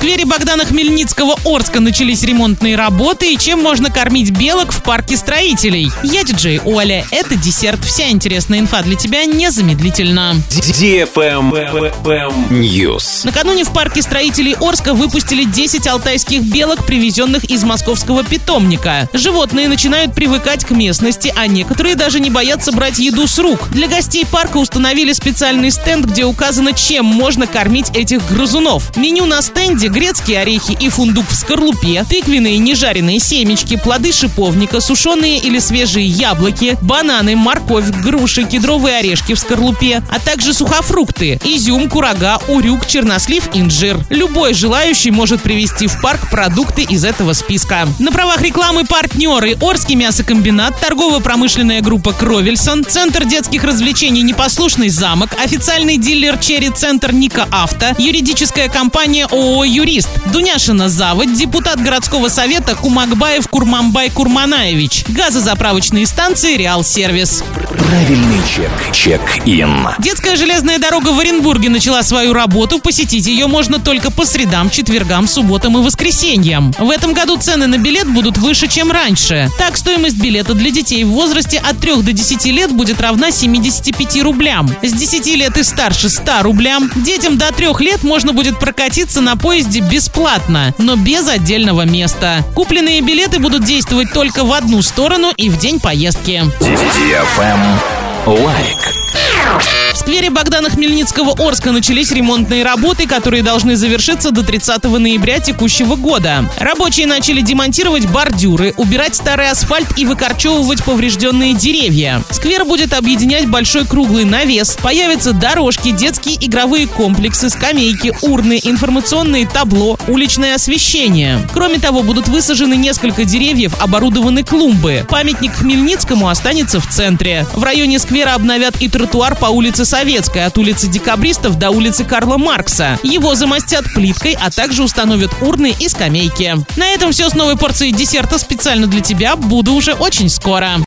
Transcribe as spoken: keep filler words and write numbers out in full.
сквере Богдана Хмельницкого Орска начались ремонтные работы, и чем можно кормить белок в парке строителей. Я диджей Оля, это десерт. Вся интересная инфа для тебя незамедлительно. News. Накануне в парке строителей Орска выпустили десять алтайских белок, привезенных из московского питомника. Животные начинают привыкать к местности, а некоторые даже не боятся брать еду с рук. Для гостей парка установили специальный стенд, где указано, чем можно кормить этих грызунов. Меню на стенде: грецкие орехи и фундук в скорлупе, тыквенные нежаренные семечки, плоды шиповника, сушеные или свежие яблоки, бананы, морковь, груши, кедровые орешки в скорлупе, а также сухофрукты: изюм, курага, урюк, чернослив, инжир. Любой желающий может привезти в парк продукты из этого списка. На правах рекламы партнеры: Орский мясокомбинат, торгово-промышленная группа Кровельсон, Центр детских развлечений «Непослушный замок», официальный дилер «Черри Центр» Ника Авто, юридическая компания ООО «Юрист», Дуняшина Заводь, депутат городского совета Кумакбаев Курманбай Курманаевич, газозаправочные станции «Реал Сервис». Правильный чек. Чек-ин. Детская железная дорога в Оренбурге начала свою работу. Посетить ее можно только по средам, четвергам, субботам и воскресеньям. В этом году цены на билет будут выше, чем раньше. Так, стоимость билета для детей в возрасте от трёх до десяти лет будет равна семидесяти пяти рублям. С десяти лет и старше — ста рублям. Детям до трех лет можно будет прокатиться на поезде бесплатно, но без отдельного места. Купленные билеты будут действовать только в одну сторону и в день поездки. Лайк. В сквере Богдана Хмельницкого Орска начались ремонтные работы, которые должны завершиться до тридцатого ноября текущего года. Рабочие начали демонтировать бордюры, убирать старый асфальт и выкорчевывать поврежденные деревья. Сквер будет объединять большой круглый навес. Появятся дорожки, детские игровые комплексы, скамейки, урны, информационные табло, уличное освещение. Кроме того, будут высажены несколько деревьев, оборудованы клумбы. Памятник Хмельницкому останется в центре. В районе сквера обновят и тротуар по улице Советской, от улицы Декабристов до улицы Карла Маркса. Его замостят плиткой, а также установят урны и скамейки. На этом все с новой порцией десерта специально для тебя. Буду уже очень скоро.